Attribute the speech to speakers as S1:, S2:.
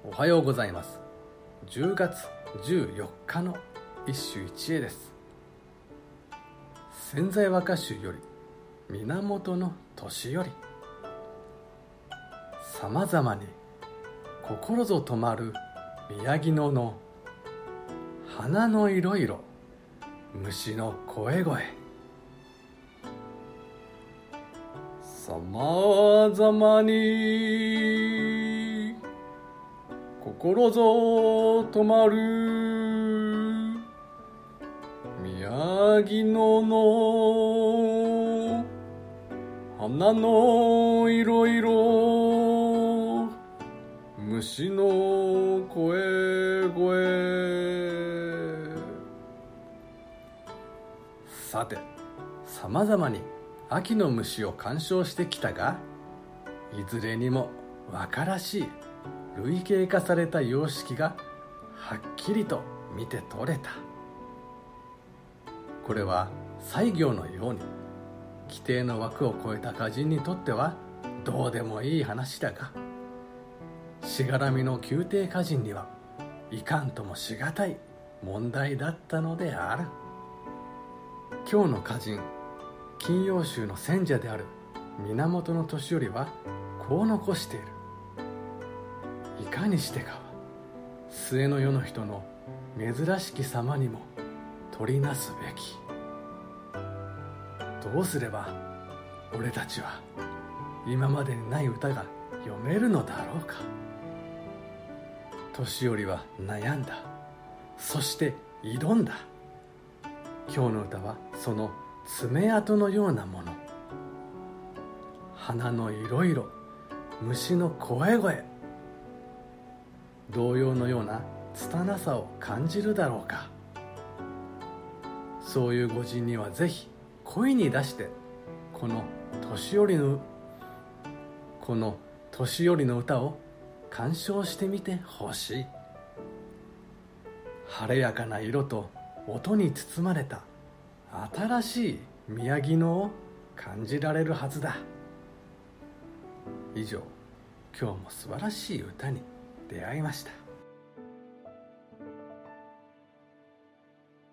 S1: おはようございます。10月14日の一首一会です。千載和歌集より源年寄り。さまざまに心ぞ止まる宮城野の花の色々、虫の声声。さまざまに心ぞ止まる宮城野の花の色々、虫の声声。さて、さまざまに秋の虫を鑑賞してきたが、いずれにも和歌らしい類型化された様式がはっきりと見て取れた。これは西行のように規定の枠を超えた歌人にとってはどうでもいい話だが、しがらみの宮廷歌人にはいかんともしがたい問題だったのである。今日の歌人、金曜集の選者である源年寄はこう残している。いかにしてかは末の世の人の珍しき様にも取りなすべき。どうすれば俺たちは今までにない歌が読めるのだろうか。年寄は悩んだ。そして挑んだ。今日の歌はその爪痕のようなもの。花の色々、虫の声声。童謡のような拙さを感じるだろうか。そういう御人にはぜひ声に出してこの年寄の歌を鑑賞してみてほしい。晴れやかな色と音に包まれた新しい宮城野を感じられるはずだ。以上、今日も素晴らしい歌に出会いました。